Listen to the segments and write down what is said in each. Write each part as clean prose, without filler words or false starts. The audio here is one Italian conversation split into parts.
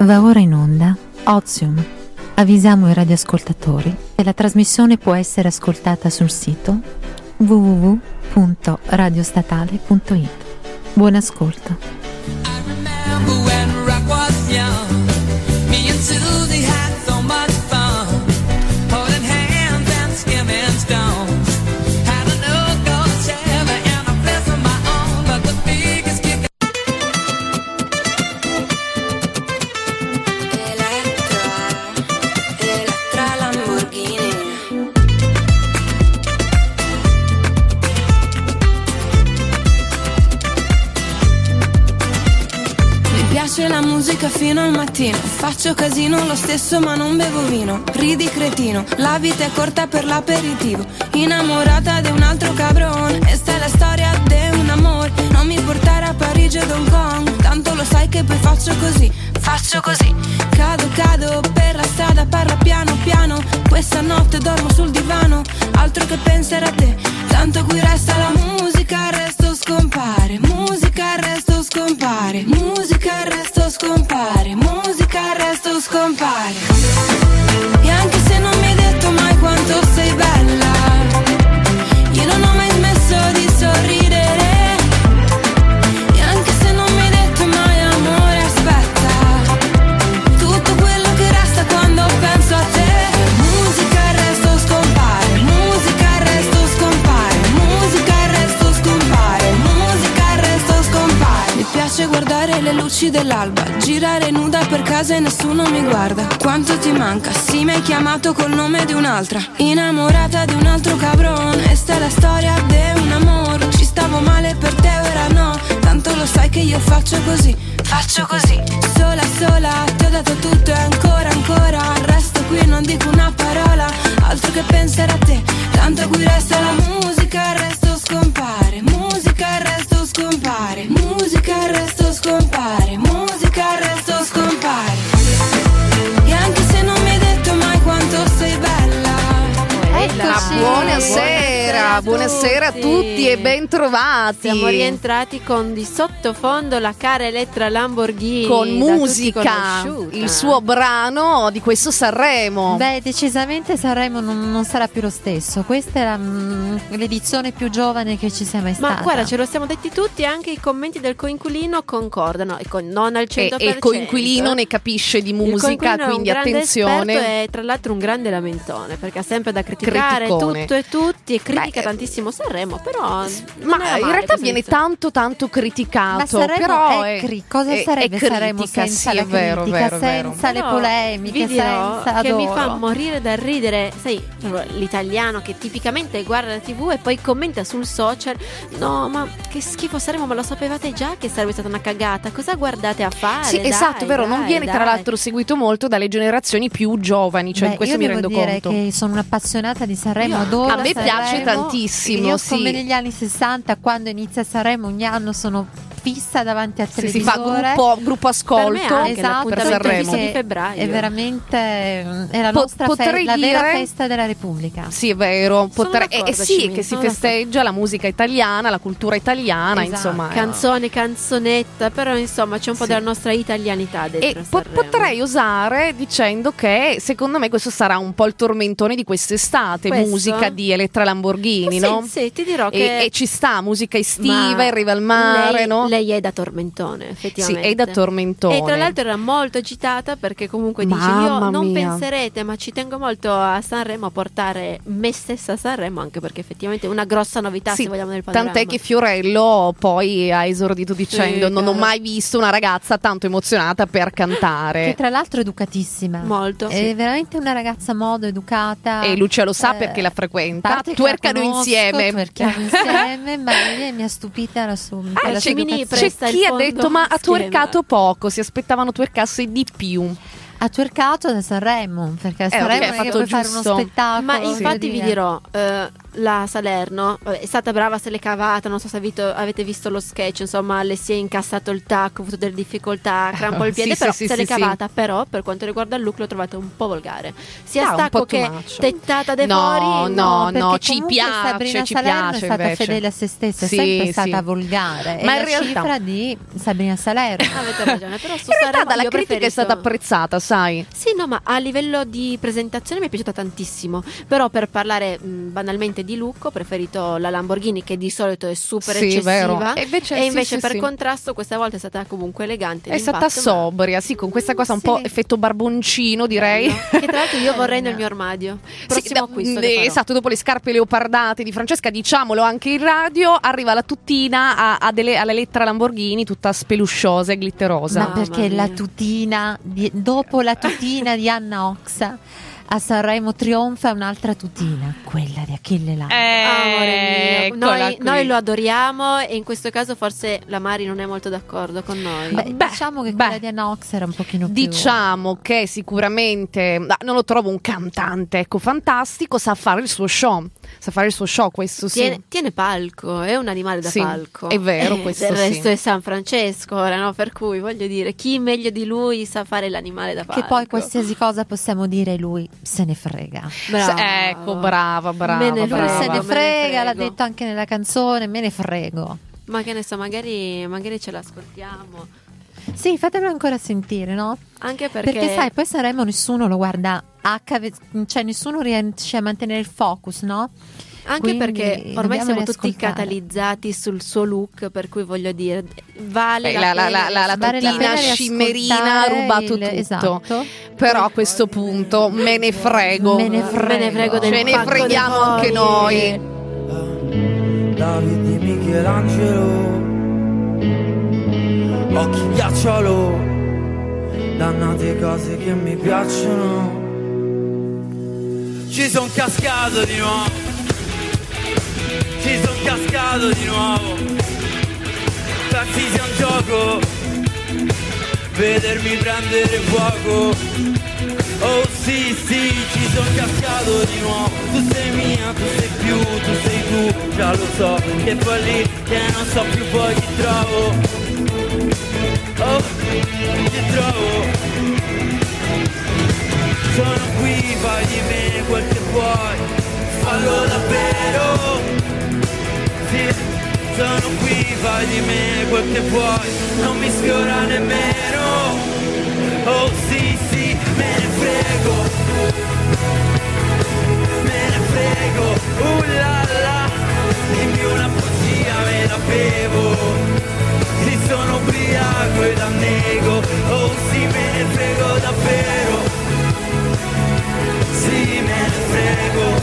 Va ora in onda Ozium. Avvisiamo i radioascoltatori che la trasmissione può essere ascoltata sul sito www.radiostatale.it. Buon ascolto. La musica fino al mattino, faccio casino lo stesso ma non bevo vino. Ridi cretino, la vita è corta per l'aperitivo. Innamorata di un altro cabrone, e sta è la storia di un amore. Non mi portare a Parigi o Hong Kong, tanto lo sai che poi faccio così. Cado per la strada, parla piano piano. Questa notte dormo sul divano, altro che pensare a te. Tanto qui resta la musica, il resto scompare. Musica, il resto scompare. Musica, il resto scompare. Musica, il resto scompare. E anche se non mi hai detto mai quanto sei bella, io non ho mai smesso di sorridere. E anche se non mi hai detto mai amore, aspetta, tutto quello che resta quando penso a te. Musica, il resto scompare. Musica, il resto scompare. Musica, il resto scompare. Musica, il resto scompare. Mi piace guardare le luci dell'alba, girare nuda per casa e nessuno mi guarda. Quanto ti manca? Sì, mi hai chiamato col nome di un'altra. Innamorata di un altro cabrone, e sta è la storia di un amore. Ci stavo male per te, ora no, tanto lo sai che io faccio così. Sola, ti ho dato tutto e ancora, resto qui e non dico una parola, altro che pensare a te. Tanto qui resta la musica, il resto scompare. Musica, il resto scompare. Musica, il resto scompare. Musica, il resto scompare. E anche se non mi hai detto mai quanto sei bella. Eccoci. Buonasera a tutti e ben trovati. Siamo rientrati con di sottofondo la cara Elettra Lamborghini, con musica, il suo brano di questo Sanremo. Beh, decisamente Sanremo non sarà più lo stesso. Questa è l'edizione più giovane che ci sia mai stata. Ma guarda, ce lo siamo detti tutti, anche i commenti del coinquilino concordano, non al 100%. E il coinquilino ne capisce di musica, quindi attenzione. È tra l'altro un grande lamentone, perché ha sempre da criticare tutto e tutti, e critica tantissimo Sanremo, però ma in realtà viene tanto criticato. Ma Sanremo però cosa sarebbe Sanremo senza la critica, senza le polemiche, senza che mi adoro. fa morire da ridere, sai, l'italiano che tipicamente guarda la TV e poi commenta sul social: no, ma che schifo Sanremo, ma lo sapevate già che sarebbe stata una cagata, cosa guardate a fare? Sì, esatto, vero, non viene tra l'altro seguito molto dalle generazioni più giovani, cioè di questo mi rendo conto. Io devo dire che sono un'appassionata di Sanremo, adoro a me Sanremo. piace tantissimo. Io sì. come negli anni 60, quando inizia Sanremo, ogni anno sono fissa davanti al televisore. Si fa gruppo ascolto, per me anche, esatto, per Sanremo di febbraio. È veramente è la nostra la vera festa della Repubblica. Sì, è vero. Sì, che si festeggia d'accordo. La musica italiana, la cultura italiana, esatto. Insomma. Canzone, canzonetta, però insomma c'è un po' della nostra italianità dentro. E potrei osare dicendo che secondo me questo sarà un po' il tormentone di quest'estate. Musica di Elettra Lamborghini, no? Sì, ti dirò che e ci sta, musica estiva, in riva al mare, no? Lei è da tormentone, effettivamente. Sì, è da tormentone. E tra l'altro era molto agitata perché comunque dice: io non penserete, ma ci tengo molto a Sanremo, a portare me stessa a Sanremo, anche perché effettivamente è una grossa novità, se vogliamo, nel panorama. Tant'è che Fiorello poi ha esordito dicendo: non ho mai visto una ragazza tanto emozionata per cantare. Che tra l'altro è educatissima. Molto. È veramente una ragazza modo educata. E Lucia lo sa perché la frequenta. Twercano insieme. Ma lei mi ha stupita la sua. C'è chi ha detto: ma ha twerkato poco, si aspettavano twerkasse di più. Ha twerkato da Sanremo, perché a Sanremo non è che puoi fare uno spettacolo. Ma infatti vi dirò, la Salerno è stata brava, se l'è cavata, non so se avete visto lo sketch, insomma le si è incassato il tacco, ha avuto delle difficoltà, crampo il piede, però se l'è cavata. Però per quanto riguarda il look l'ho trovato un po' volgare, sia stacco che tettata dei fuori. No, ci piace, Sabrina ci Salerno piace è stata invece fedele a se stessa, è sempre stata volgare, ma è in la realtà cifra di Sabrina Salerno. Avete ragione, però su in realtà Sanremo dalla io critica è stata apprezzata, sai. Sì, no, ma a livello di presentazione mi è piaciuta tantissimo. Però per parlare banalmente di look ho preferito la Lamborghini, che di solito è super eccessiva, vero. e invece per contrasto questa volta è stata comunque elegante, è stata sobria, sì, con questa cosa un po' effetto barboncino, direi. Che tra l'altro io vorrei nel mio armadio. Prossimo acquisto che farò. Esatto, dopo le scarpe leopardate di Francesca, diciamolo anche in radio, arriva la tutina alla lettera Lamborghini, tutta spelusciosa e glitterosa. Ma perché la tutina dopo la tutina di Anna Oxa a Sanremo trionfa un'altra tutina, quella di Achille Lauro. Amore mio, noi lo adoriamo, e in questo caso forse la Mari non è molto d'accordo con noi. Diciamo che quella di Anna Oxa era un pochino più... Diciamo che sicuramente non lo trovo un cantante, ecco, fantastico, sa fare il suo show, questo sì. Tiene palco, è un animale da palco. È vero, questo del resto sì. è San Francesco ora, no? Per cui voglio dire, chi meglio di lui sa fare l'animale da palco? Che poi qualsiasi cosa possiamo dire, lui se ne frega. Brava. Se ne frega, l'ha detto anche nella canzone, me ne frego. Ma che ne so, magari ce l'ascoltiamo. Sì, fatemelo ancora sentire, no? Anche perché sai, poi Sanremo nessuno lo guarda cioè nessuno riesce a mantenere il focus, no? Anche quindi perché ormai siamo tutti catalizzati sul suo look, per cui voglio dire, vale la tutina scimmerina ha rubato tutto. Esatto. Però a questo punto me ne frego del ce ne freghiamo anche noi. David di Michelangelo, occhi ghiacciolo, dannate cose che mi piacciono. Ci son cascato di nuovo, pensi sia un gioco, vedermi prendere fuoco. Oh sì, ci son cascato di nuovo. Tu sei mia, tu sei più, tu sei tu, già lo so. E poi lì che non so più poi ti trovo. Oh, ti trovo. Sono qui, fai di me quel che vuoi, fallo davvero. Sì, sono qui, fai di me quel che vuoi, non mi sfiora nemmeno. Oh sì, me ne frego, la la, dimmi una poesia, me la bevo. Sì, sono ubriaco ed annego, oh sì, me ne frego davvero. Sì, me ne frego.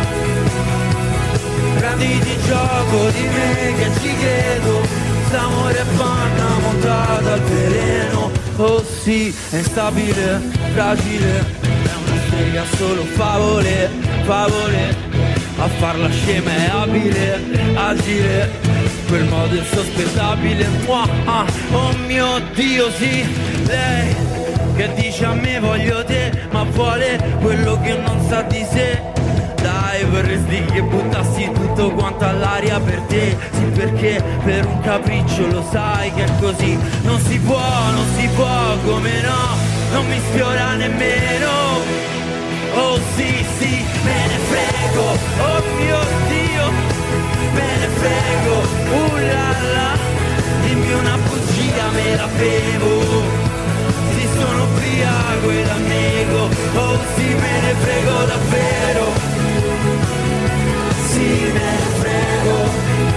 Prenditi gioco di me che ci credo, s'amore è panna montata al veleno. Oh sì, è instabile, fragile, è una strega solo favole, a farla scema è abile, agile, quel modo insospettabile. Oh mio Dio, sì, lei che dice a me voglio te, ma vuole quello che non sa di sé. Dai, vorresti che buttassi tutto quanto all'aria per te. Sì, perché per un capriccio lo sai che è così. Non si può, come no, non mi sfiora nemmeno. Oh sì, me ne frego, oh mio Dio, me ne frego, la la, dimmi una bugia, me la bevo. Sì, sono ubriaco ed annego, oh sì, me ne frego davvero. Sì, me ne frego.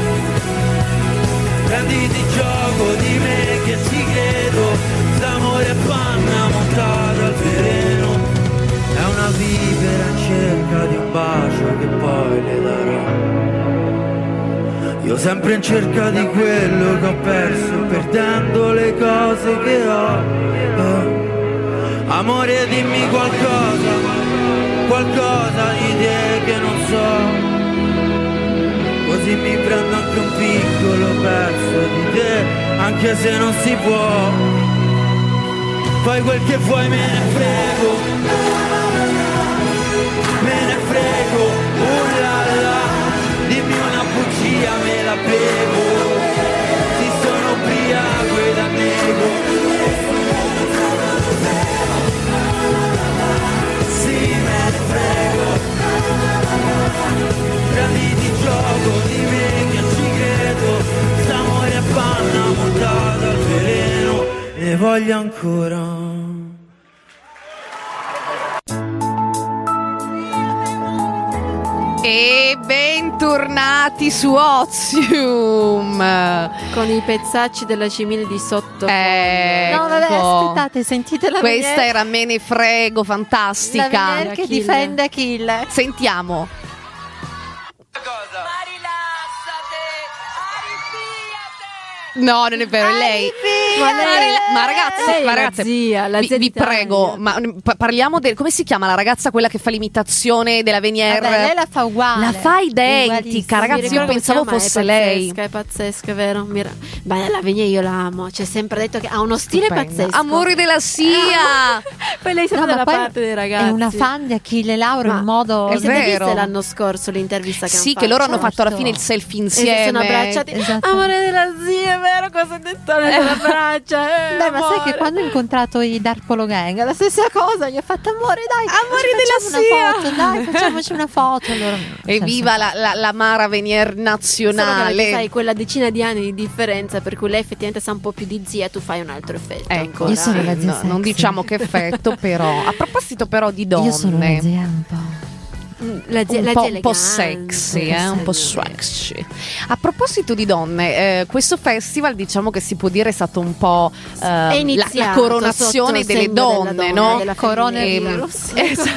Prenditi gioco di me che ci credo, l'amore è panna montata al veleno. È una vipera in cerca di un bacio che poi le darò. Io sempre in cerca di quello che ho perso, perdendo le cose che ho. Amore, dimmi qualcosa di te che non so. Così mi prendo anche un piccolo pezzo di te, anche se non si può. Fai quel che vuoi, me ne frego, la la, via me la bevo, si sono ubriaco ed annego. Sì, me ne frego, prenditi gioco di me che ci credo, st'amore a panna montata al veleno, ne voglio ancora. E bentornati su Ozium con i pezzacci della cimine di sotto. No, vabbè, aspettate, sentite la Questa Venier. era Me ne frego, fantastica. La Venier che Achille. difende Achille. Sentiamo. No, non è vero, è lei. Ma ragazze, zia, la zia vi d'Italia. prego, ma parliamo del come si chiama la ragazza quella che fa l'imitazione della Venier? Vabbè, lei la fa uguale. La fa identica, Ugualissima. ragazzi, io pensavo fosse lei. È pazzesca, vero? Beh, la Venier io la amo. C'è sempre detto che ha uno stile Stupenda. pazzesco. Amori della SIA. Poi lei sempre No, ma dalla poi parte dei ragazzi. è una fan di Achille Lauro Ma in modo... è Vi siete vero. viste l'anno scorso l'intervista che Sì, hanno che loro hanno Certo. fatto alla fine il selfie E si sono insieme. abbracciati. Esatto. Amore della zia, è vero? Cosa ha detto nella braccia? Beh, ma sai che quando ho incontrato i Darpolo Gang, la stessa cosa, gli ho fatto amore, dai, Amori facciamo della una foto, dai, facciamoci una foto. Allora, Evviva la Mara Venier Solo nazionale. che sai quella decina di anni di differenza, per cui lei effettivamente sa un po' più di zia, tu fai un altro effetto. Ecco, ancora. Io sono la zia non sexy. diciamo che effetto, però. A proposito però di donne. Io sono una zia un po'. La zia, un la po', zia un po' elegante, sexy, un po' sexy. A proposito di donne, questo festival diciamo che si può dire è stato un po' È la iniziato coronazione sotto il delle segno della donne, donna, no? della Coronavirus.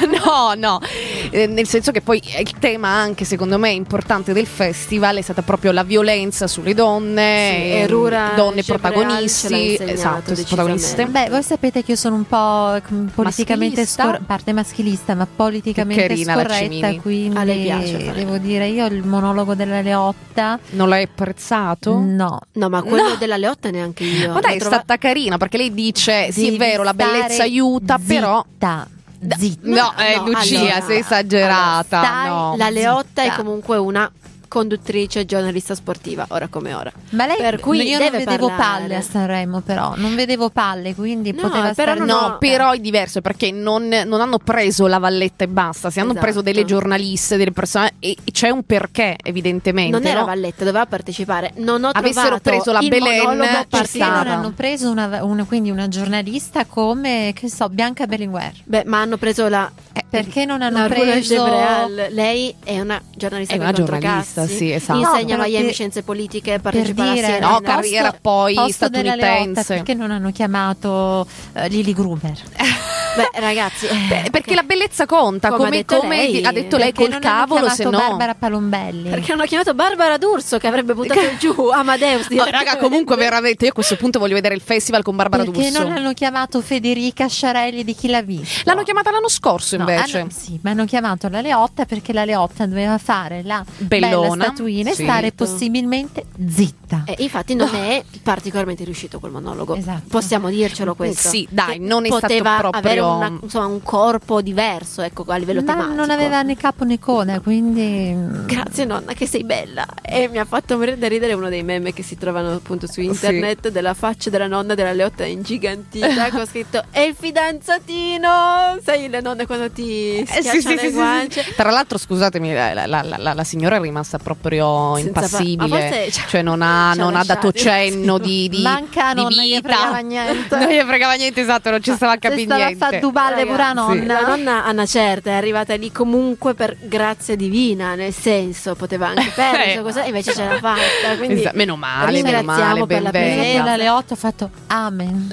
No, nel senso che poi il tema anche secondo me importante del festival è stata proprio la violenza sulle donne, Sì, e Rura donne Gebreal ce l'ha protagonisti, insegnato, esatto, decisamente. protagoniste. Beh, voi sapete che io sono un po' politicamente Maschilista? parte maschilista, ma politicamente Che carina la scorretta, Cimini. quindi A lei piace fare. devo dire, io il monologo della Leotta Non l'hai apprezzato? no. No, ma quello della Leotta neanche io. Ma dai, è L'ho trova- stata carina perché lei dice: sì, è Devi vero, la bellezza stare aiuta, però. zitta. No, No, Lucia, allora, sei esagerata. allora, no. La Leotta è zitta. comunque una conduttrice, giornalista sportiva, ora come ora. Ma lei, Per cui io non deve vedevo parlare. palle a Sanremo, però non vedevo palle, quindi No, poteva però stare non No, ho- però è diverso perché non hanno preso la Valletta e basta, si hanno Esatto. preso delle giornaliste, delle persone e c'è un perché evidentemente. Non era no? Valletta, doveva partecipare. Non ho Avessero trovato preso la il Belen, monologo ci Perché stava. non hanno preso quindi una giornalista come, che so, Bianca Berlinguer? Beh, ma hanno preso la Perché non hanno la Rula preso... Gebreal. Lei è una giornalista È una coi giornalista, controcazzi. sì, esatto. Insegna No, a però Miami per- scienze politiche, per partecipa alla dire, CNN. No, carriera poi posto della Leotta, statunitense. perché non hanno chiamato Lily Gruber? Beh, ragazzi, Perché la bellezza conta, Come ha detto lei. ha detto lei Perché col non hanno cavolo, se chiamato no. Barbara Palombelli? perché hanno chiamato Barbara D'Urso che avrebbe buttato giù Amadeus. Oh, raga, comunque veramente io a questo punto voglio vedere il festival con Barbara Perché D'Urso. non hanno chiamato Federica Sciarelli di Chi l'ha visto? L'hanno chiamata l'anno scorso No, invece. sì, ma hanno chiamato la Leotta perché la Leotta doveva fare la Bellona, bella statuina e sì. stare possibilmente zitta. Infatti non è particolarmente riuscito quel monologo. Esatto. Possiamo dircelo questo. Sì, dai, Che non è stato poteva proprio- avere insomma, un corpo diverso, ecco, a livello Ma tematico. non aveva né capo né coda, quindi Grazie nonna che sei bella. E mi ha fatto morire da ridere uno dei meme che si trovano appunto su internet della faccia della nonna della Leotta ingigantita con scritto "È il fidanzatino". Sai le nonne quando ti schiacciano le guance. Tra l'altro, scusatemi, la signora è rimasta proprio Senza impassibile. ma forse cioè, non ha ci ha dato lasciati. cenno di manca di non gli vita. fregava niente. Non gli fregava niente, esatto, non ci stava a Se capire stava a niente. fare duballe pure a Ragazzi, nonna. la nonna Anna Certa è arrivata lì comunque per grazia divina, nel senso poteva anche perdere cosa, invece ce l'ha fatta. Quindi Esatto, meno male, ringraziamo per ben la bene. presenza. Dopo la Leotta ho fatto amen.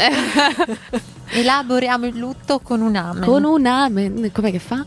Elaboriamo il lutto con un amen. Con un amen, com'è che fa?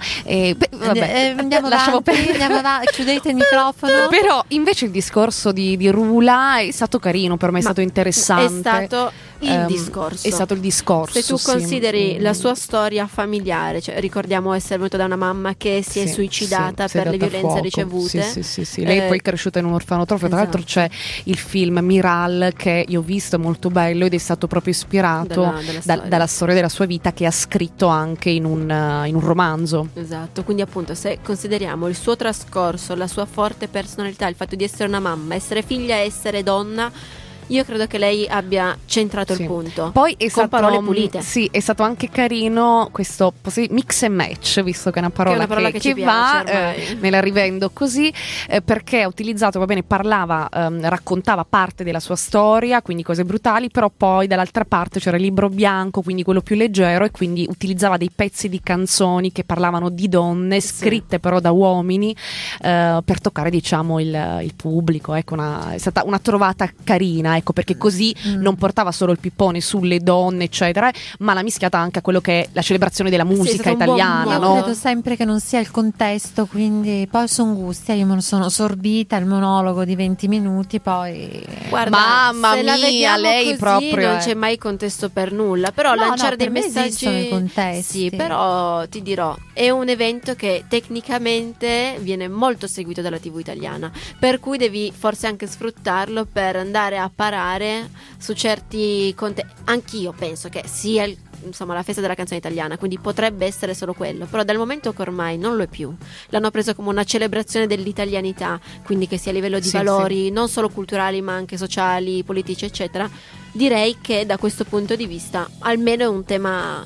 Vabbè, Andiamo lasciamo avanti, perdere. andiamo avanti, chiudete il microfono. Però invece il discorso di Rula è stato carino, per me è stato interessante. È stato il discorso. È stato il discorso. Se tu consideri la sua storia familiare, cioè ricordiamo essere venuta da una mamma che si è suicidata per le violenze ricevute. Sì. Lei poi è cresciuta in un orfanotrofio. Tra l'altro c'è il film Miral che io ho visto, molto bello, ed è stato proprio ispirato dalla storia della sua vita, che ha scritto anche in un romanzo. Esatto, quindi appunto se consideriamo il suo trascorso, la sua forte personalità, il fatto di essere una mamma, essere figlia, essere donna, io credo che lei abbia centrato il punto. Poi è con stato, parole pulite. Sì, è stato anche carino questo mix and match, visto che è una parola che ci va, piace, me la rivendo così, perché ha utilizzato, parlava, raccontava parte della sua storia, quindi cose brutali, però poi dall'altra parte c'era il libro bianco, quindi quello più leggero, e quindi utilizzava dei pezzi di canzoni che parlavano di donne, scritte però da uomini, per toccare, diciamo, il pubblico. Ecco, è stata una trovata carina, ecco, perché così non portava solo il pippone sulle donne, eccetera, ma l'ha mischiata anche a quello che è la celebrazione della musica italiana. Io credo sempre che non sia il contesto, quindi poi sono gusti. Io me lo sono sorbita il monologo di 20 minuti, poi guarda, mamma se la mia, lei così, proprio non c'è mai contesto per nulla, però lanciare dei messaggi esistono i contesti. Sì, però ti dirò, è un evento che tecnicamente viene molto seguito dalla TV italiana, per cui devi forse anche sfruttarlo per andare a parare su certi anch'io penso che sia insomma la festa della canzone italiana, quindi potrebbe essere solo quello, però dal momento che ormai non lo è più, l'hanno preso come una celebrazione dell'italianità, quindi che sia a livello di valori non solo culturali ma anche sociali, politici, eccetera. Direi che da questo punto di vista almeno è un tema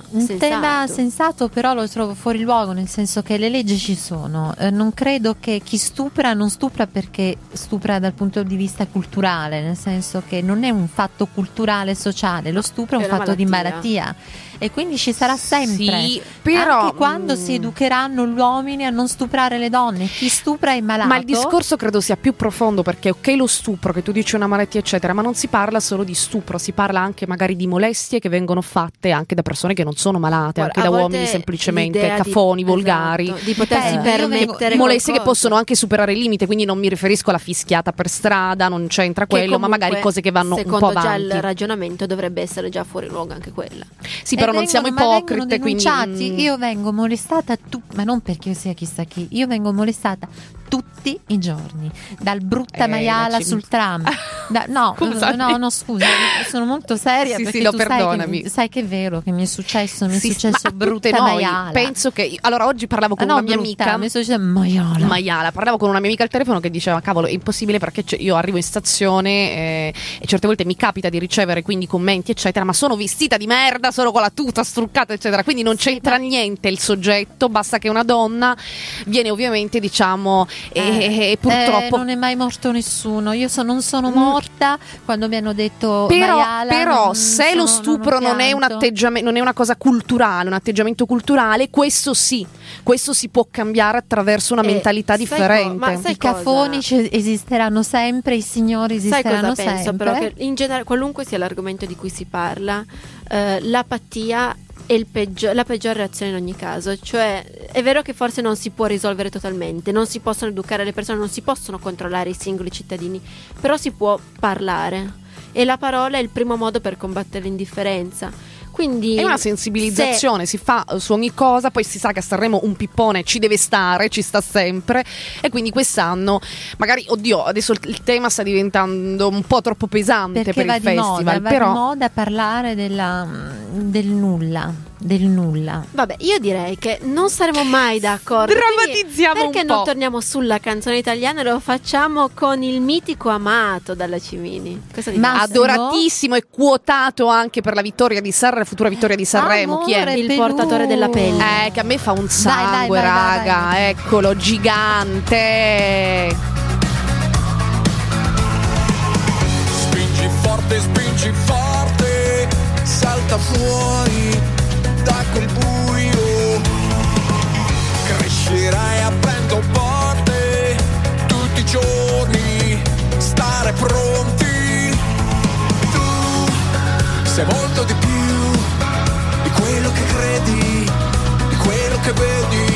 sensato, però lo trovo fuori luogo, nel senso che le leggi ci sono. Non credo che chi stupra non stupra perché stupra dal punto di vista culturale, nel senso che non è un fatto culturale sociale, lo stupro è un fatto di malattia. E quindi ci sarà sempre, sì, però, anche quando si educheranno gli uomini a non stuprare le donne, chi stupra è malato. Ma il discorso credo sia più profondo, perché ok, lo stupro, che tu dici una malattia eccetera, ma non si parla solo di stupro, si parla anche magari di molestie che vengono fatte anche da persone che non sono malate, anche da uomini semplicemente cafoni, volgari, di potersi permettere molestie che possono anche superare il limite, quindi non mi riferisco alla fischiata per strada, non c'entra quello, ma magari cose che vanno un po' avanti. Secondo già il ragionamento dovrebbe essere già fuori luogo anche quella. Sì, però non siamo ipocrite, quindi io vengo molestata ma non perché io sia chissà chi, io vengo molestata tutti i giorni dal brutta maiala sul tram. No, scusa, sono molto seria, perché tu sai che è vero che mi è successo brutta maiala. Penso che allora oggi parlavo con una mia amica, mi è successo maiala, parlavo con una mia amica al telefono che diceva cavolo, è impossibile perché io arrivo in stazione e certe volte mi capita di ricevere quindi commenti eccetera, ma sono vestita di merda, solo con la tuta struccata eccetera, quindi non c'entra niente il soggetto, basta che una donna viene ovviamente diciamo e purtroppo non è mai morto nessuno, io non sono morta quando mi hanno detto maiala, però se lo stupro non è un atteggiamento, non è una cosa culturale, un atteggiamento culturale, questo si può cambiare attraverso una mentalità differente. I cafoni esisteranno sempre, i signori esisteranno sempre. Penso però che in generale, qualunque sia l'argomento di cui si parla, l'apatia è la peggior reazione in ogni caso. Cioè è vero che forse non si può risolvere totalmente, non si possono educare le persone, non si possono controllare i singoli cittadini, però si può parlare e la parola è il primo modo per combattere l'indifferenza. Quindi è una sensibilizzazione, si fa su ogni cosa, poi si sa che a Sanremo un pippone ci deve stare, ci sta sempre, e quindi quest'anno magari, oddio, adesso il tema sta diventando un po' troppo pesante perché per il festival, va però di moda parlare del nulla. Vabbè, io direi che non saremo mai d'accordo. Drammatizziamo un po'. Perché non torniamo sulla canzone italiana e lo facciamo con il mitico Amato dalla Cimini? Adoratissimo e quotato anche per la vittoria di futura vittoria di Sanremo. Chi è? Il portatore della pelle. Che a me fa un sangue, raga. Eccolo, gigante. Spingi forte, salta fuori da quel buio, crescerai aprendo porte tutti i giorni, stare pronti. Tu sei molto di più di quello che credi, di quello che vedi.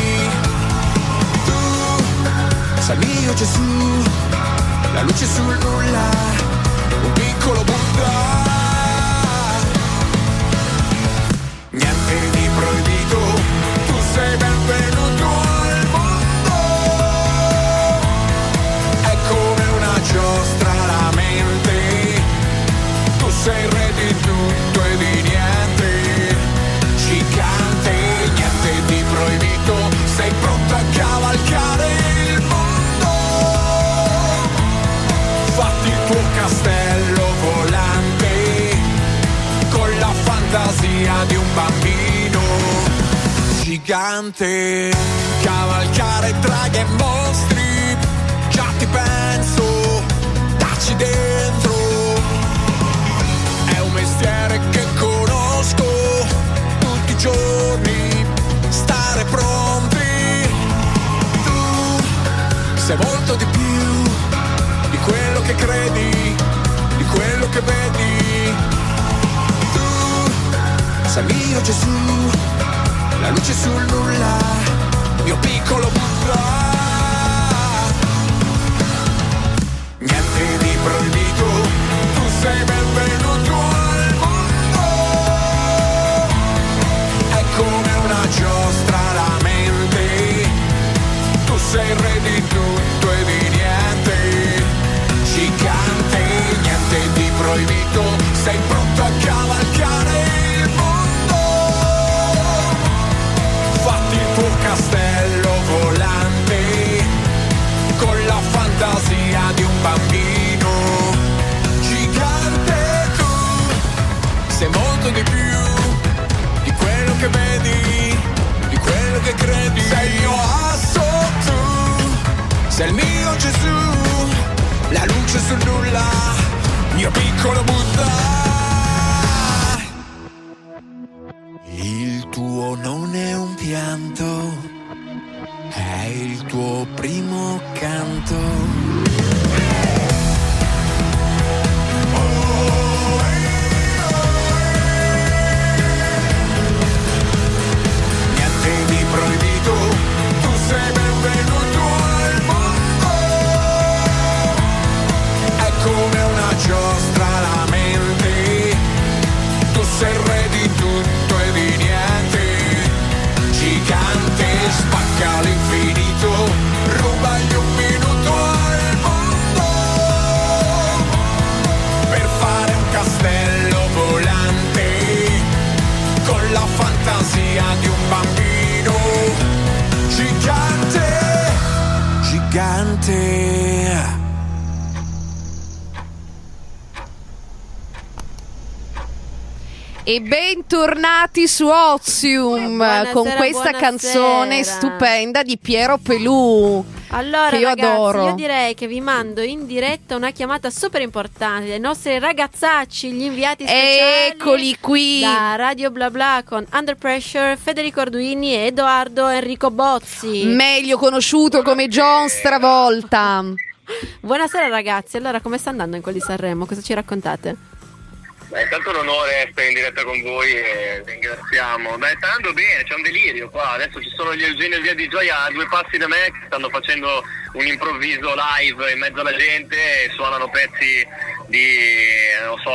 Tu sei mio Gesù, la luce sul nulla, un piccolo Buddha. fantasia di un bambino gigante. Cavalcare draghi e mostri, già ti penso, dacci dentro. È un mestiere che conosco tutti i giorni, stare pronti. Tu sei molto di più di quello che credi, di quello che vedi. Tu sei mio Gesù, la luce sul nulla, mio piccolo Buddha. Niente di proibito, tu sei benvenuto al mondo. È come una giostra la mente, tu sei il re di tutto e di niente. Gigante, niente di proibito, sei pronto a cavalcare il mondo. Fatti il tuo castello volante, con la fantasia di un bambino. Gigante, tu sei molto di più di quello che vedi, di quello che credi. Sei il mio asso, tu sei il mio Gesù, la luce sul nulla, mio piccolo Buddha. Il tuo non è un pianto, è il tuo primo canto. Niente di proibito, tu sei benvenuto al mondo. È come una giostra la mente, tu sei il re di tutto e di niente. Gigante, spacca l'infinito, rubagli un minuto al mondo, per fare un castello volante, con la fantasia di un bambino. Gigante, gigante. E bentornati su Ozium Buonasera, con questa buonasera. canzone stupenda di Piero Pelù. Allora che io ragazzi, adoro. io direi che vi mando in diretta una chiamata super importante dei nostri ragazzacci, gli inviati speciali. Eccoli qui. Da Radio Bla Bla con Under Pressure, Federico Arduini e Edoardo Enrico Bozzi. Meglio conosciuto come John Stravolta. Buonasera ragazzi, allora come sta andando in quel di Sanremo? Cosa ci raccontate? Beh, intanto è un onore essere in diretta con voi e ringraziamo. Beh, sta andando bene, c'è un delirio qua. Adesso ci sono gli Eugenio e Via di Gioia a 2 passi da me che stanno facendo un improvviso live in mezzo alla gente e suonano pezzi di, non so,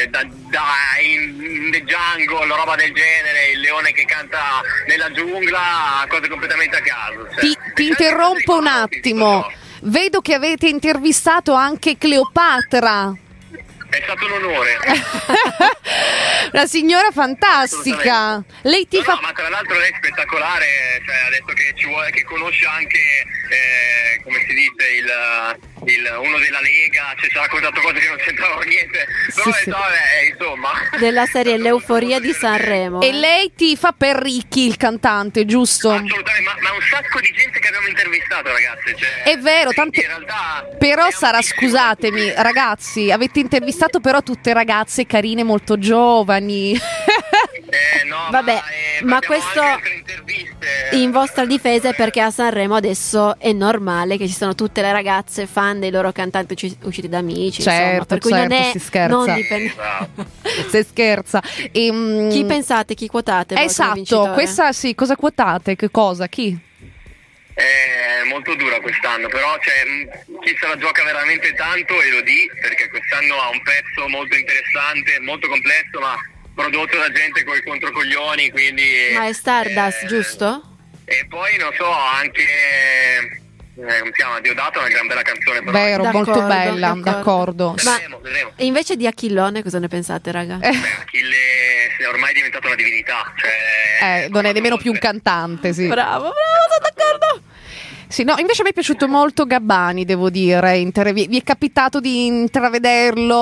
in The Jungle, roba del genere, il leone che canta nella giungla, cose completamente a caso. Cioè, Ti interrompo un attimo. Vedo che avete intervistato anche Cleopatra. È stato un onore. Una signora fantastica. Lei ti fa... No, ma tra l'altro lei è spettacolare, cioè, ha detto che ci vuole, che conosce anche come si dice uno della Lega, cioè, ci ha raccontato cose che non c'entravano niente. Però Sì. insomma. Della serie L'euforia di Sanremo. E lei ti fa per Ricky, il cantante, giusto? Assolutamente, ma un sacco di gente che abbiamo intervistato, ragazzi. Cioè, È vero, tanto... in realtà Però è sarà, un- scusatemi, ragazzi, avete intervistato però tutte ragazze carine, molto giovani. No, Vabbè, ma abbiamo questo anche altre interviste. in vostra difesa è perché a Sanremo adesso è normale che ci sono tutte le ragazze fan dei loro cantanti usciti da Amici, insomma, Certo, per cui non è si scherza. non dipende. Esatto. Se scherza. Chi pensate, chi quotate voi come Esatto, vincitore? questa sì, cosa quotate? Che cosa? Chi? È molto dura quest'anno, però chi se la gioca veramente tanto e lo di, perché quest'anno ha un pezzo molto interessante, molto complesso, ma prodotto da gente coi controcoglioni, quindi... Ma è Stardust, giusto? E poi, non so, anche... come si chiama? Diodato è una gran bella canzone, però... Vero, D'accordo, molto bella, d'accordo. d'accordo. Vedremo. E invece di Achillone cosa ne pensate, raga? Beh, Achille è ormai diventato una divinità, cioè... Non è nemmeno più un cantante, sì. Bravo, sono d'accordo. Sì, no, invece a me è piaciuto molto Gabbani, devo dire. Vi è capitato di intravederlo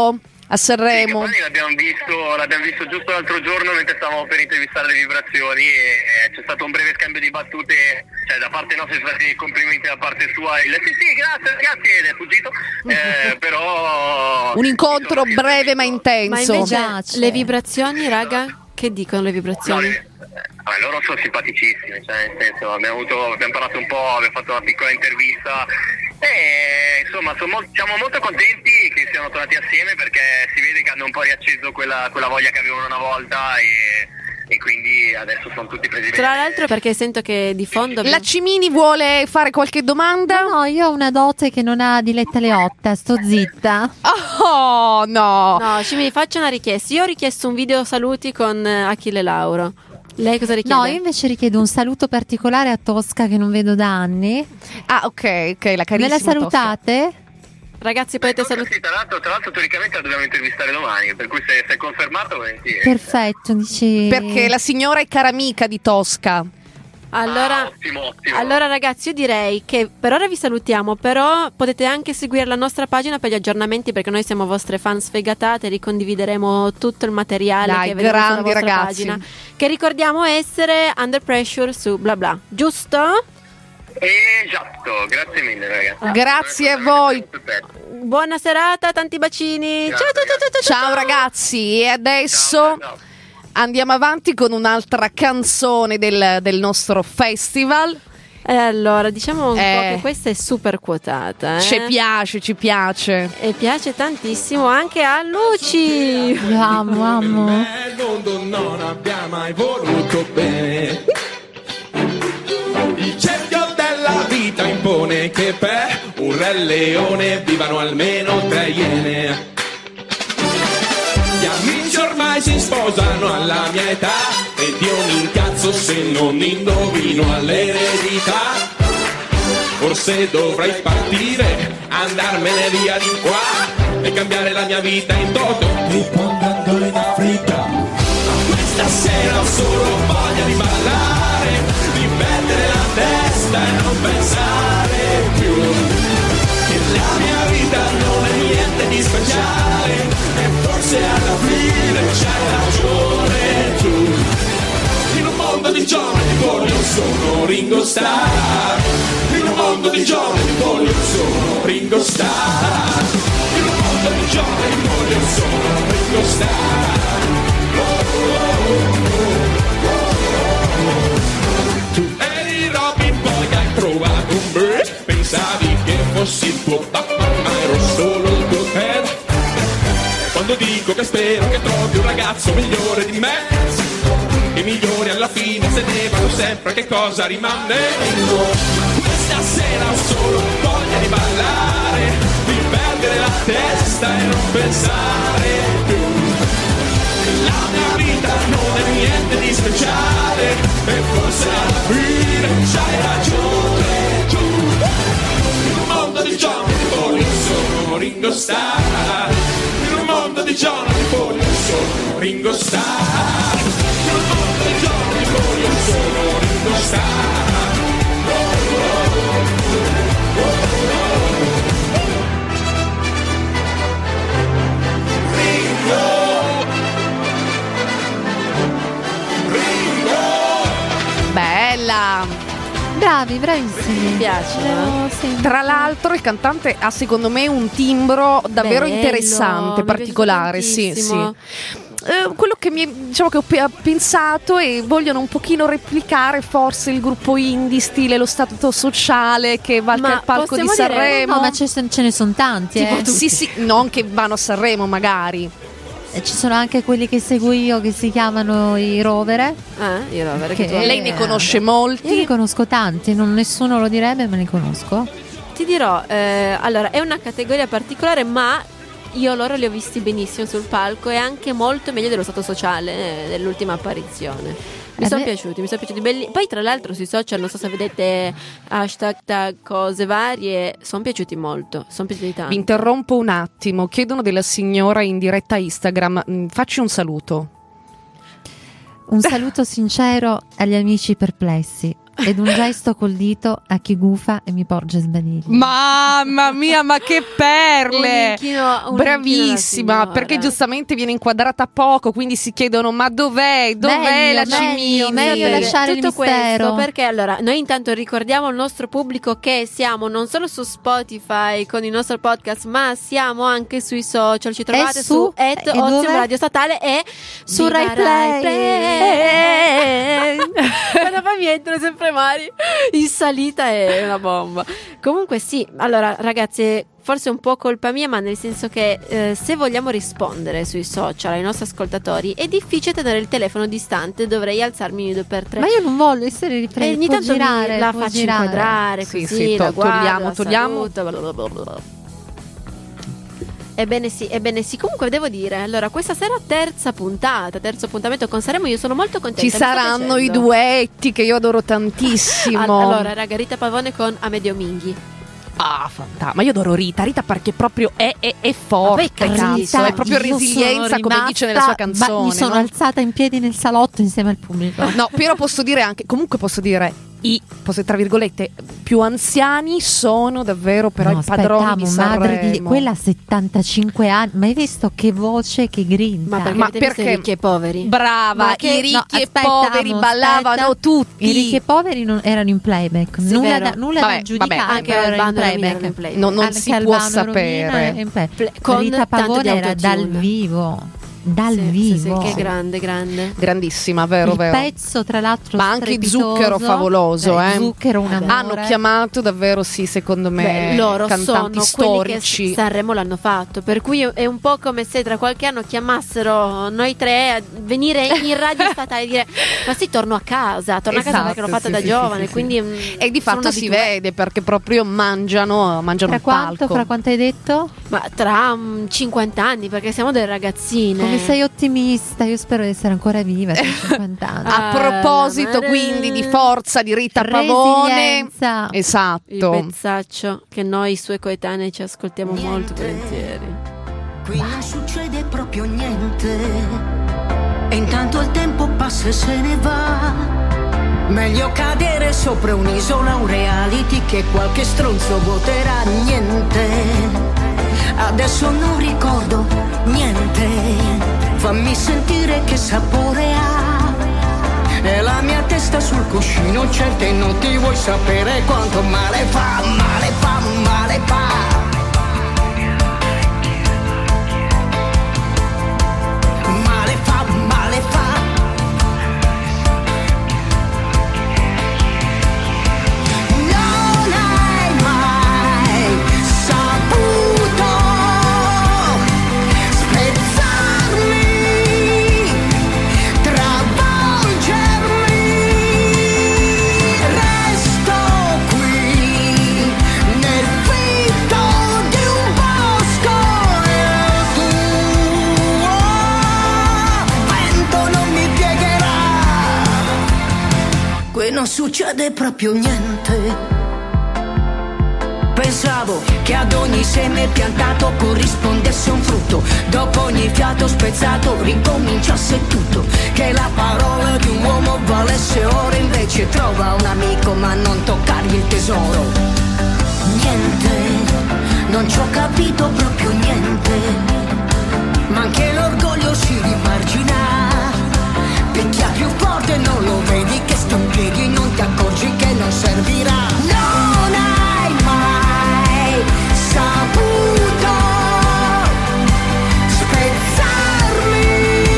a Sanremo. Sì, l'abbiamo visto giusto l'altro giorno mentre stavamo per intervistare le vibrazioni e c'è stato un breve scambio di battute, cioè da parte nostra sono stati complimenti da parte sua, sì grazie ragazzi, ed è fuggito, però un incontro breve ma intenso. Ma invece le vibrazioni, raga, che dicono le vibrazioni? Loro sono simpaticissimi, cioè nel senso abbiamo parlato un po', abbiamo fatto una piccola intervista e insomma siamo molto contenti che siano tornati assieme, perché si vede che hanno un po' riacceso quella voglia che avevano una volta e quindi adesso sono tutti presi bene. Tra l'altro, perché sento che di fondo la Cimini vuole fare qualche domanda? No, io ho una dote che non ha Diletta Leotta, sto zitta. Oh no. No, Cimini, faccio una richiesta. Io ho richiesto un video saluti con Achille Lauro. Lei cosa richiede? No, io invece richiedo un saluto particolare a Tosca che non vedo da anni. Ah, ok, la carissima. Me la salutate? Tosca. Ragazzi, potete salutare. Sì, tra l'altro teoricamente la dobbiamo intervistare domani, per cui se è confermato volentieri. Perfetto, dici. Perché la signora è cara amica di Tosca. Allora, ottimo. allora ragazzi, io direi che per ora vi salutiamo, però potete anche seguire la nostra pagina per gli aggiornamenti, perché noi siamo vostre fan sfegatate, ricondivideremo tutto il materiale che vedete sulla vostra ragazzi. pagina, che ricordiamo essere Under Pressure su bla bla, giusto? Esatto, grazie mille ragazzi. Grazie a voi. Buona serata, tanti bacini. Ciao, Ciao ragazzi, e adesso Ciao. andiamo avanti con un'altra canzone del nostro festival. Allora, diciamo un po' che questa è super quotata. Ci piace. E piace tantissimo anche a Luci. Amo. Il mondo non abbia mai voluto bene. Il cerchio della vita impone che per un re leone vivano almeno 3 iene. Gli amici ormai si sposano alla mia età ed io mi incazzo se non indovino all'eredità. Forse dovrei partire, andarmene via di qua e cambiare la mia vita in toto, tipo andando in Africa. Ma questa sera ho solo voglia di ballare, di perdere la testa e non pensare più che la mia vita non è niente di speciale e forse alla fine c'hai ragione tu. In un mondo di giovani voglio sono Ringo Starr. In un mondo di giovani voglio sono Ringo Starr. In un mondo di giovani voglio sono Ringo Starr. Tu eri Robin, poi hai trovato un me. Pensavi che fossi il tuo papà, ma ero solo il tuo te. Quando dico che spero che trovi un ragazzo migliore di me, i migliori alla fine se ne vanno sempre, che cosa rimane? Ma questa sera ho solo voglia di ballare, di perdere la testa e non pensare più. La mia vita non è niente di speciale e forse alla fine c'hai ragione tu. In un mondo di giovani voglio sono Ringo Starr. In un mondo di giovani voglio sono Ringo Starr. In un mondo di giovani voglio sono Ringo Starr. Bella. Bravissimi. Mi piace, Sì. Tra l'altro il cantante ha secondo me un timbro davvero Bello, interessante, mi è particolare, piaciuto sì. tantissimo. Quello che diciamo che ho pensato e vogliono un pochino replicare forse il gruppo indie stile Lo Stato Sociale che va Ma al palco di possiamo dire- Sanremo. No, ma ce ne sono tanti. Sì, non che vanno a Sanremo magari. E ci sono anche quelli che seguo io che si chiamano i Rovere. Io no, Che- Lei ne conosce molti. Io ne conosco tanti, nessuno lo direbbe, ma ne conosco. Ti dirò, allora è una categoria particolare, ma io loro li ho visti benissimo sul palco e anche molto meglio dello Stato Sociale dell'ultima apparizione. Mi sono piaciuti belli. Poi tra l'altro sui social, non so se vedete hashtag, tag, cose varie, sono piaciuti molto, sono piaciuti tanto. Vi interrompo un attimo, chiedono della signora in diretta Instagram, facci un saluto. Un saluto sincero agli amici perplessi. ed un gesto col dito a chi gufa e mi porge sbadiglio. Mamma mia, ma che perle! Un inchino Bravissima, perché giustamente viene inquadrata poco, quindi si chiedono ma dov'è la cimini? Meglio lasciare il tutto mistero. questo, perché allora noi intanto ricordiamo al nostro pubblico che siamo non solo su Spotify con il nostro podcast, ma siamo anche sui social, ci trovate su Ozium Radio Statale e su Rai Play. Quando poi mi entrano sempre mari in salita è una bomba. Comunque sì, allora ragazzi, forse è un po' colpa mia, ma nel senso che se vogliamo rispondere sui social ai nostri ascoltatori è difficile tenere il telefono distante, dovrei alzarmi 2 per 3. Ma io non voglio essere ripresa, ogni tanto girare, la faccio inquadrare così, sì, la guardo, togliamo. saluto, Ebbene sì. Comunque devo dire, allora questa sera terzo appuntamento con Sanremo, io sono molto contenta. Ci saranno i duetti che io adoro tantissimo. Allora raga, Rita Pavone con Amedeo Minghi. Ah, fantastico. Ma io adoro Rita perché proprio è forte, cazzo, è proprio resilienza, come dice nella sua canzone. Mi sono alzata in piedi nel salotto insieme al pubblico. No, però posso dire tra virgolette, più anziani sono davvero però i padroni di Sanremo. Quella ha 75 anni, ma hai visto che voce, che grinta? Ma perché i ricchi e poveri? Brava, i ricchi e poveri ballavano tutti. I ricchi e poveri non erano in playback, nulla da giudicare, anche Albano era in playback. Non si può sapere. Con Rita Pavone era dal vivo. Vivo. Sì, che grande. Grandissima, vero. Il pezzo, tra l'altro, ma anche Zucchero favoloso, Zucchero un amore. Hanno chiamato davvero, sì, secondo me, loro cantanti sono storici. Quelli che Sanremo l'hanno fatto, per cui è un po' come se tra qualche anno chiamassero noi tre a venire in radio statale e dire ma sì, torno a casa perché l'ho fatta da giovane, quindi e di fatto si vede perché proprio mangiano il palco. Fra quanto hai detto? Ma tra 50 anni, perché siamo delle ragazzine. Sei ottimista, io spero di essere ancora viva tra 50 anni. A proposito quindi di forza di Rita Pavone, esatto, il pezzaccio che noi suoi coetanei ci ascoltiamo molto volentieri. Qui non succede proprio niente e intanto il tempo passa e se ne va. Meglio cadere sopra un'isola, un reality, che qualche stronzo voterà niente. Adesso non ricordo niente, fammi sentire che sapore ha. E la mia testa sul cuscino, certe notti vuoi sapere quanto male fa, male fa, male fa. Male fa, male fa. Non hai mai saputo spezzarmi, travolgermi. Resto qui nel fitto di un bosco e il tuo vento non mi piegherà. Qui non succede proprio niente. Pensavo che ad ogni seme piantato corrispondesse un frutto, dopo ogni fiato spezzato ricominciasse tutto, che la parola di un uomo valesse oro, invece trova un amico ma non toccargli il tesoro. Niente, non ci ho capito proprio niente, ma anche l'orgoglio si rimargina. Picchia più forte, non lo vedi che sto in piedi, non ti accorgi che non servirà. Non hai mai saputo spezzarmi,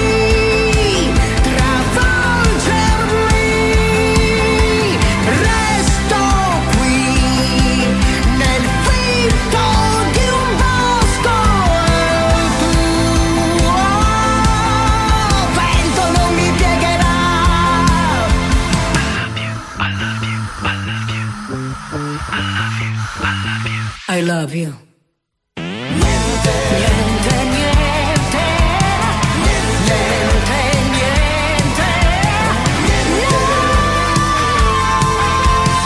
travolgermi. Resto qui nel fitto di un bosco e il tuo vento non mi piegherà. I love you. Niente, niente, niente, niente, niente,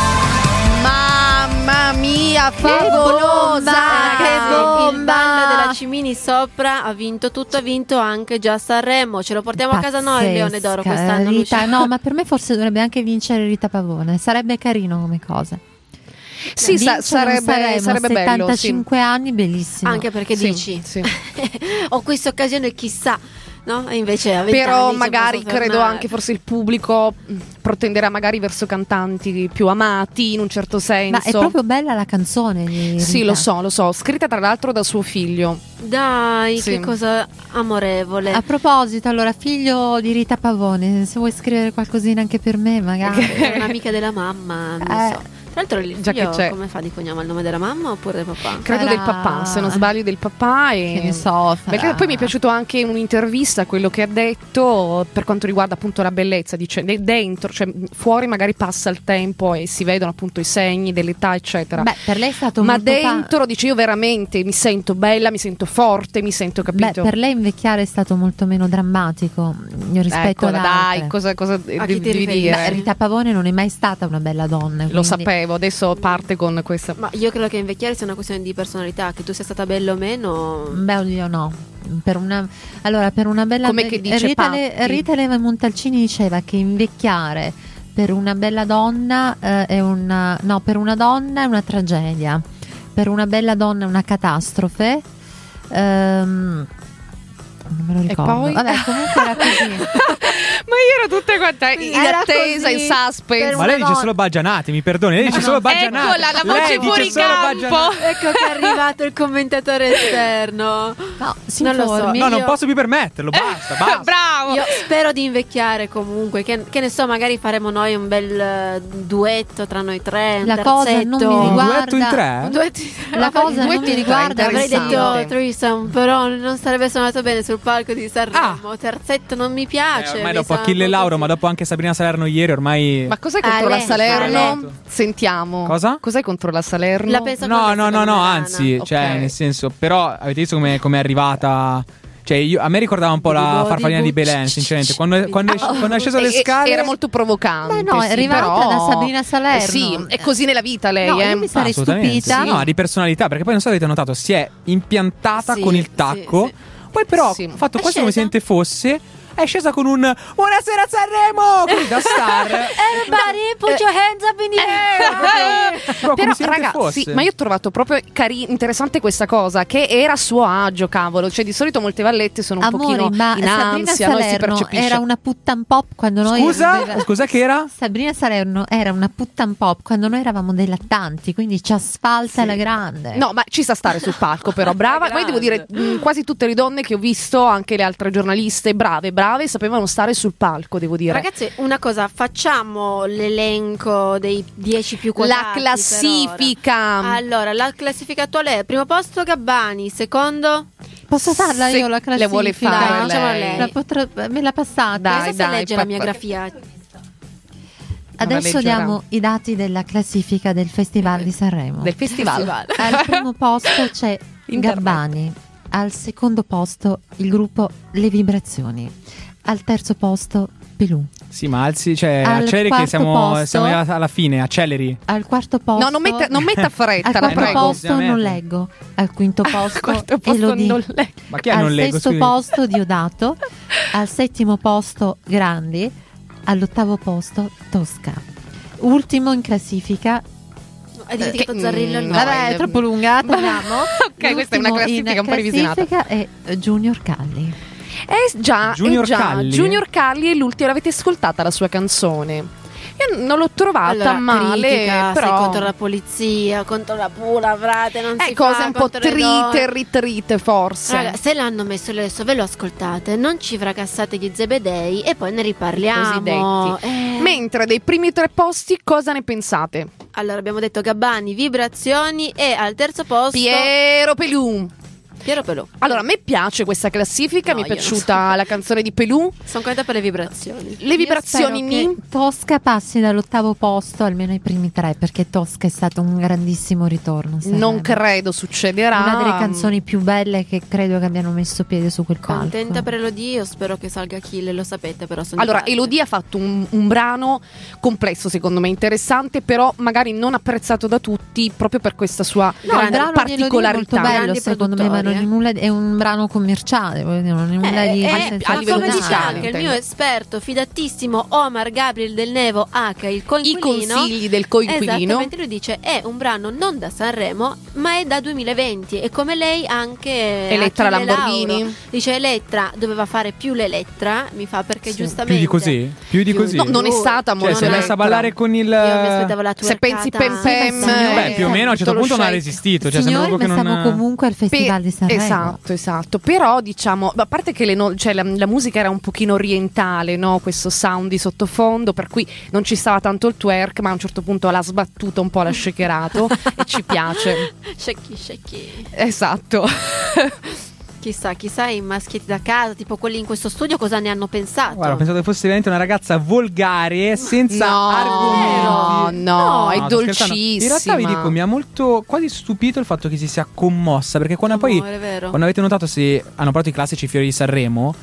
Mamma mia, favolosa! Che bomba! Il ballo della Cimini sopra, ha vinto tutto, ha vinto anche già Sanremo. Ce lo portiamo a casa noi il Leone d'Oro quest'anno. Rita, no, ma per me forse dovrebbe anche vincere Rita Pavone. Sarebbe carino come cosa. Sì, sarebbe bello. 75 anni, bellissimo. Anche perché dici, sì. ho questa occasione, chissà. No? E invece a 20 però anni magari credo anche forse il pubblico protenderà magari verso cantanti più amati in un certo senso. Ma è proprio bella la canzone di Rita. Sì, lo so, scritta tra l'altro da suo figlio. Dai, sì. Che cosa amorevole. A proposito, allora, figlio di Rita Pavone, se vuoi scrivere qualcosina anche per me magari. È un'amica della mamma, non so. Tra l'altro il Già figlio che c'è. come fa di cognome, il nome della mamma oppure del papà? Credo del papà, se non sbaglio del papà. Che ne so. Perché poi mi è piaciuto anche in un'intervista quello che ha detto per quanto riguarda appunto la bellezza, dice dentro, cioè fuori magari passa il tempo e si vedono appunto i segni dell'età eccetera. Beh, per lei è stato ma molto dentro dice io veramente mi sento bella, mi sento forte, mi sento capito. Beh, per lei invecchiare è stato molto meno drammatico rispetto ad dai, altre. cosa devi dire? Beh, Rita Pavone non è mai stata una bella donna. Lo sapevo, adesso parte con questa. Ma io credo che invecchiare sia una questione di personalità, che tu sia stata bella o meno. Beh, oddio, no. Per una bella come che dice Rita Leva Montalcini diceva che invecchiare per una bella donna per una donna è una tragedia, per una bella donna è una catastrofe. Non me lo ricordo. E poi? Vabbè, comunque era così. Ma io ero tutte quante in attesa, in suspense. Ma lei dice solo baggianate, mi perdoni, lei dice solo baggianate. Eccola, la voce fuori campo. Ecco che è arrivato il commentatore esterno. No, non lo so. No, non posso più permetterlo, basta. Bravo. Io spero di invecchiare comunque, che ne so, magari faremo noi un bel duetto tra noi tre, la cosa non mi riguarda. Un duetto in tre? Un duetto in tre. La cosa non mi riguarda. Avrei detto threesome, però non sarebbe suonato bene sul palco di Sanremo. Terzetto non mi piace. Ormai dopo Achille e Lauro, ma dopo anche Sabrina Salerno ieri, ormai. Ma cos'è contro la Salerno? Sentiamo. Cosa? Cos'è contro la Salerno? La penso No, anzi, okay. Cioè, nel senso, però avete visto come è arrivata. Cioè, a me ricordava un po' la farfallina di Belen, sinceramente. Quando è sceso le scale. Era molto provocante. Beh, no, è arrivata da Sabrina Salerno. Sì, è così nella vita lei. No, io mi sarei stupita. Sì. No, di personalità, perché poi non so se avete notato, si è impiantata con il tacco. Sì. Poi però ha fatto quasi come se niente fosse. È scesa con un buonasera Sanremo da star. Everybody put your hands up in the air. Però ragazzi, ma io ho trovato proprio interessante questa cosa, che era a suo agio, cavolo. Cioè di solito molte vallette sono un pochino in ansia, noi si percepisce. Era una puttan pop quando noi Scusa che era? Sabrina Salerno era una puttan pop quando noi eravamo dei lattanti, quindi ci asfalta la grande. No, ma ci sa stare sul palco, però brava. Poi devo dire quasi tutte le donne che ho visto, anche le altre giornaliste, brave, sapevano stare sul palco, devo dire. Ragazzi, una cosa, facciamo l'elenco dei 10 più quotati. La classifica. Allora, la classifica attuale è: primo posto Gabbani, secondo. Posso farla io la classifica? Le vuole fare lei. Me la passate? Dai, legge la mia grafia. Adesso diamo i dati della classifica del Festival di Sanremo. Del festival. Al primo posto c'è Gabbani, al secondo posto il gruppo Le Vibrazioni, al terzo posto Pelù. Sì, ma acceleri che siamo alla fine, acceleri. Al quarto posto. No, non metta fretta, al quarto posto non leggo. Al quinto posto Elodie. Non leggo. Ma chi è non leggo? Al sesto posto Diodato. Al settimo posto Grandi. All'ottavo posto Tosca. Ultimo in classifica. Hai dimenticato Zarrillo? No, vabbè, è troppo lunga. Tagliamo. Ok, questa è una classifica un po' revisionata. La classifica è Junior Calli. Junior Calli è l'ultimo. L'avete ascoltata la sua canzone? Io non l'ho trovata male, critica, però contro la polizia, contro la pula, frate, non si cose fa, un po' trite forse. Raga, se l'hanno messo adesso, ve lo ascoltate, non ci fracassate gli zebedei e poi ne riparliamo. Cosiddetti. Mentre dei primi 3 posti cosa ne pensate? Allora abbiamo detto Gabbani, Vibrazioni e al terzo posto Piero Pelù. Allora, a me piace questa classifica, mi è piaciuta la canzone di Pelù. Sono contenta per le vibrazioni. Le vibrazioni che Tosca passi dall'ottavo posto almeno ai primi 3, perché Tosca è stato un grandissimo ritorno. Non credo succederà. Una delle canzoni più belle che credo che abbiano messo piede su quel palco. Contenta per Elodie, io spero che salga Achille, lo sapete, però allora Elodie ha fatto un brano complesso, secondo me interessante, però magari non apprezzato da tutti proprio per questa sua grande particolarità. Molto bello, secondo me, ma non non è nulla, è un brano commerciale, non è nulla di a livello come dice musicale, anche il mio esperto fidatissimo Omar Gabriel del Nevo H, il coinquilino, i consigli del coinquilino. Esattamente, lui dice è un brano non da Sanremo ma è da 2020, e come lei anche Elettra Achille Lamborghini Lauro. Dice Elettra doveva fare più l'Elettra, mi fa, perché giustamente più di così? Più di così? No, non è stata molto si è messa a ballare con il... Io mi aspettavo la se pensi Pem Pem, beh, più o meno a un certo punto non ha resistito, cioè sembra Signori, proprio ma che siamo non... comunque al Festival di Sanremo. Esatto, però diciamo, a parte che la musica era un pochino orientale, no? Questo sound di sottofondo, per cui non ci stava tanto il twerk, ma a un certo punto l'ha sbattuto un po', l'ha shakerato e ci piace. Shaky. Esatto. Chissà i maschietti da casa, tipo quelli in questo studio, cosa ne hanno pensato? Guarda, ho pensato che fosse veramente una ragazza volgare, senza argomenti. No, è sto dolcissima. scherzando. In realtà vi dico, mi ha molto quasi stupito il fatto che si sia commossa, perché quando quando avete notato, se hanno parlato i classici fiori di Sanremo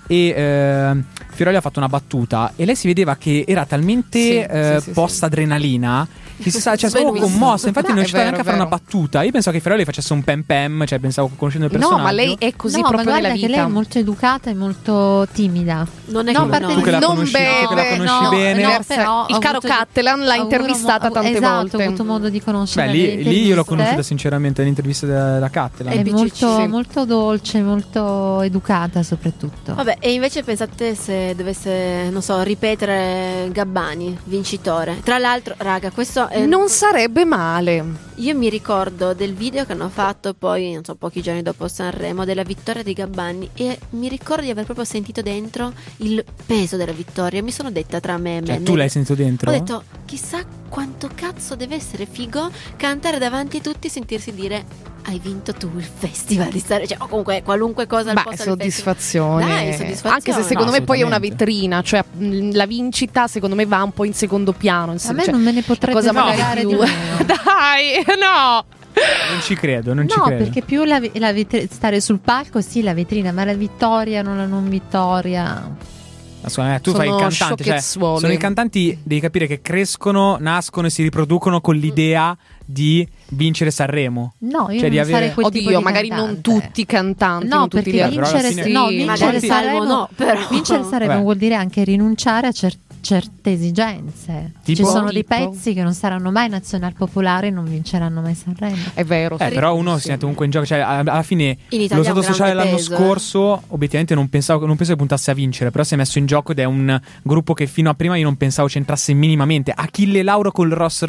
e Fiorelli ha fatto una battuta e lei si vedeva che era talmente post adrenalina che si sa, cioè, solo commossa. Infatti non è riuscita neanche a fare una battuta. Io pensavo che Fiorelli facesse un pem pem, cioè pensavo, conoscendo il personaggio. No, ma lei è così proprio nella vita. Che lei è molto educata e molto timida. Non è tu che la conosci bene. Però il caro Cattelan l'ha intervistata tante volte. Ho avuto modo di conoscere. Beh, lì io l'ho conosciuta sinceramente nell'intervista da Cattelan. È molto dolce, molto educata soprattutto. Vabbè, e invece pensate se dovesse, non so, ripetere Gabbani vincitore. Tra l'altro, raga, questo non sarebbe male. Io mi ricordo del video che hanno fatto poi, non so, pochi giorni dopo Sanremo, della vittoria di Gabbani, e mi ricordo di aver proprio sentito dentro il peso della vittoria. Mi sono detta tra me e me. Tu l'hai sentito dentro? Ho detto, chissà quanto cazzo deve essere figo cantare davanti a tutti e sentirsi dire hai vinto tu il festival di Sanremo, cioè, o comunque qualunque cosa al posto soddisfazione. Dai, soddisfazione. Anche se secondo me poi è una vetrina, cioè la vincita secondo me va un po' in secondo piano. A me non me ne potrebbe fregare di meno. Dai, no! Non ci credo. No, perché più stare sul palco, sì, la vetrina, ma la vittoria, non la non vittoria. Tu fai il cantante, cioè, sono i cantanti, devi capire che crescono, nascono e si riproducono con l'idea di vincere Sanremo. No, io cioè non sarei quel tipo di magari cantante. non tutti i cantanti, no, non tutti perché gli vincere Sanremo no, però. Vincere Sanremo vuol dire anche rinunciare a certe esigenze. Ci sono dei pezzi che non saranno mai nazional popolare e non vinceranno mai Sanremo. È vero. Però uno si mette comunque in gioco, cioè alla fine lo stato sociale l'anno scorso obiettivamente non penso che puntasse a vincere, però si è messo in gioco ed è un gruppo che fino a prima io non pensavo c'entrasse minimamente. Achille Lauro col Rolls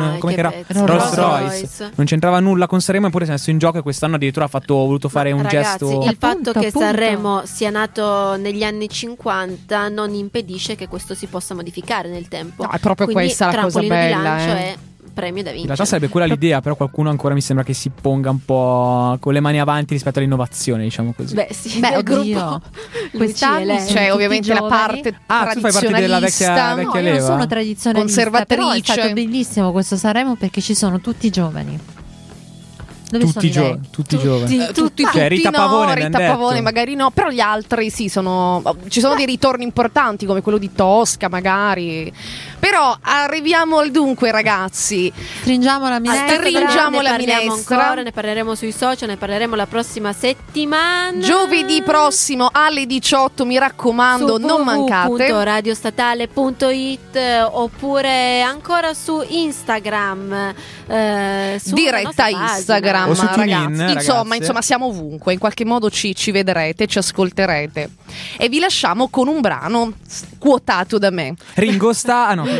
Royce non c'entrava nulla con Sanremo, eppure si è messo in gioco e quest'anno addirittura ha voluto fare un gesto. Il fatto che Sanremo sia nato negli anni 50 non impedisce che questo si possa modificare nel tempo. No, è proprio quindi, questa la cosa bella. Di lancio è premio da vincere. In realtà sarebbe quella l'idea, però qualcuno ancora mi sembra che si ponga un po' con le mani avanti rispetto all'innovazione, diciamo così. Beh, sì, il gruppo quest'anno c'è ovviamente la parte tu fai parte della vecchia leva. Io non sono tradizionalista, conservatrice. però è stato bellissimo questo Sanremo perché ci sono tutti giovani. Dove tutti i giovani. Cioè, Rita Pavone magari no, però gli altri sì, ci sono dei ritorni importanti come quello di Tosca magari. Però arriviamo al dunque, ragazzi. Stringiamo la minestra. Ne parleremo sui social, ne parleremo la prossima settimana. Giovedì prossimo alle 18, mi raccomando, non mancate. radiostatale.it oppure ancora su Instagram. Diretta Instagram. O su ragazzi. Insomma, siamo ovunque. In qualche modo ci vedrete, ci ascolterete. E vi lasciamo con un brano quotato da me. Ringo Starr. No.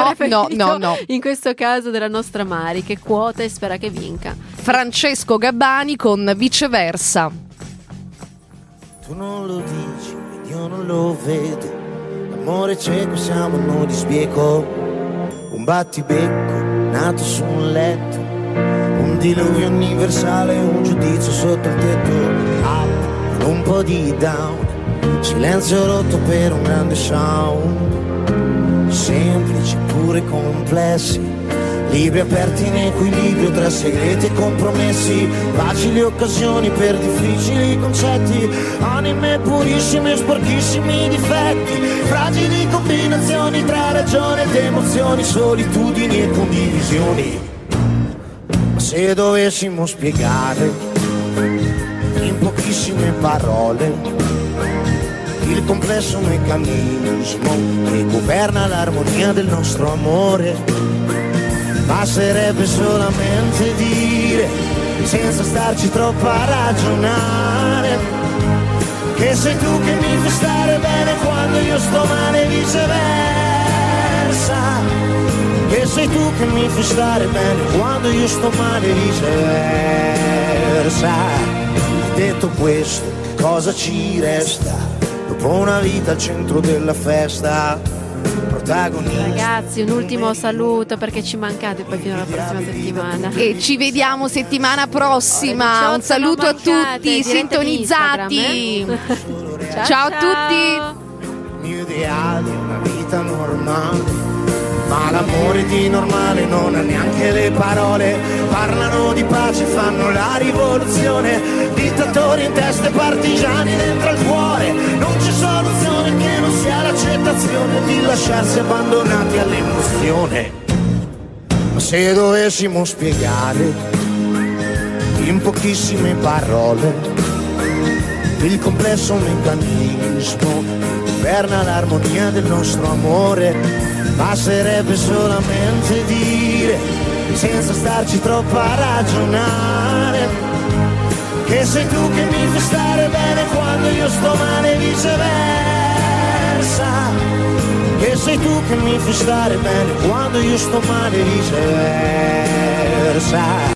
In questo caso della nostra Mari, che quota e spera che vinca. Francesco Gabbani con Viceversa. Tu non lo dici ed io non lo vedo. L'amore cieco, siamo nudi sbieco. Un battibecco nato su un letto. Un diluvio universale, un giudizio sotto il tetto. Up, un po' di down. Silenzio rotto per un grande sound. Semplici pure complessi. Libri aperti in equilibrio tra segreti e compromessi. Facili occasioni per difficili concetti. Anime purissime, sporchissimi difetti. Fragili combinazioni tra ragione ed emozioni. Solitudini e condivisioni. Ma se dovessimo spiegare pochissime parole, il complesso meccanismo che governa l'armonia del nostro amore. Basterebbe solamente dire, senza starci troppo a ragionare, che sei tu che mi fai stare bene quando io sto male e viceversa. Che sei tu che mi fai stare bene quando io sto male e viceversa. Detto questo, che cosa ci resta dopo una vita al centro della festa? Protagonista. Ragazzi, un ultimo saluto perché ci mancate poi fino alla prossima settimana. E ci vediamo settimana prossima. Un saluto a tutti sintonizzati. Ciao a tutti. Il mio ideale è una vita normale, ma l'amore di normale non ha neanche le parole. Parlano di pace, fanno la rivoluzione, dittatori in testa e partigiani dentro il cuore. Non c'è soluzione che non sia l'accettazione di lasciarsi abbandonati all'emozione. Ma se dovessimo spiegare in pochissime parole il complesso meccanismo che governa l'armonia del nostro amore, basterebbe solamente dire, senza starci troppo a ragionare, che sei tu che mi fai stare bene quando io sto male e viceversa. Che sei tu che mi fai stare bene quando io sto male e viceversa.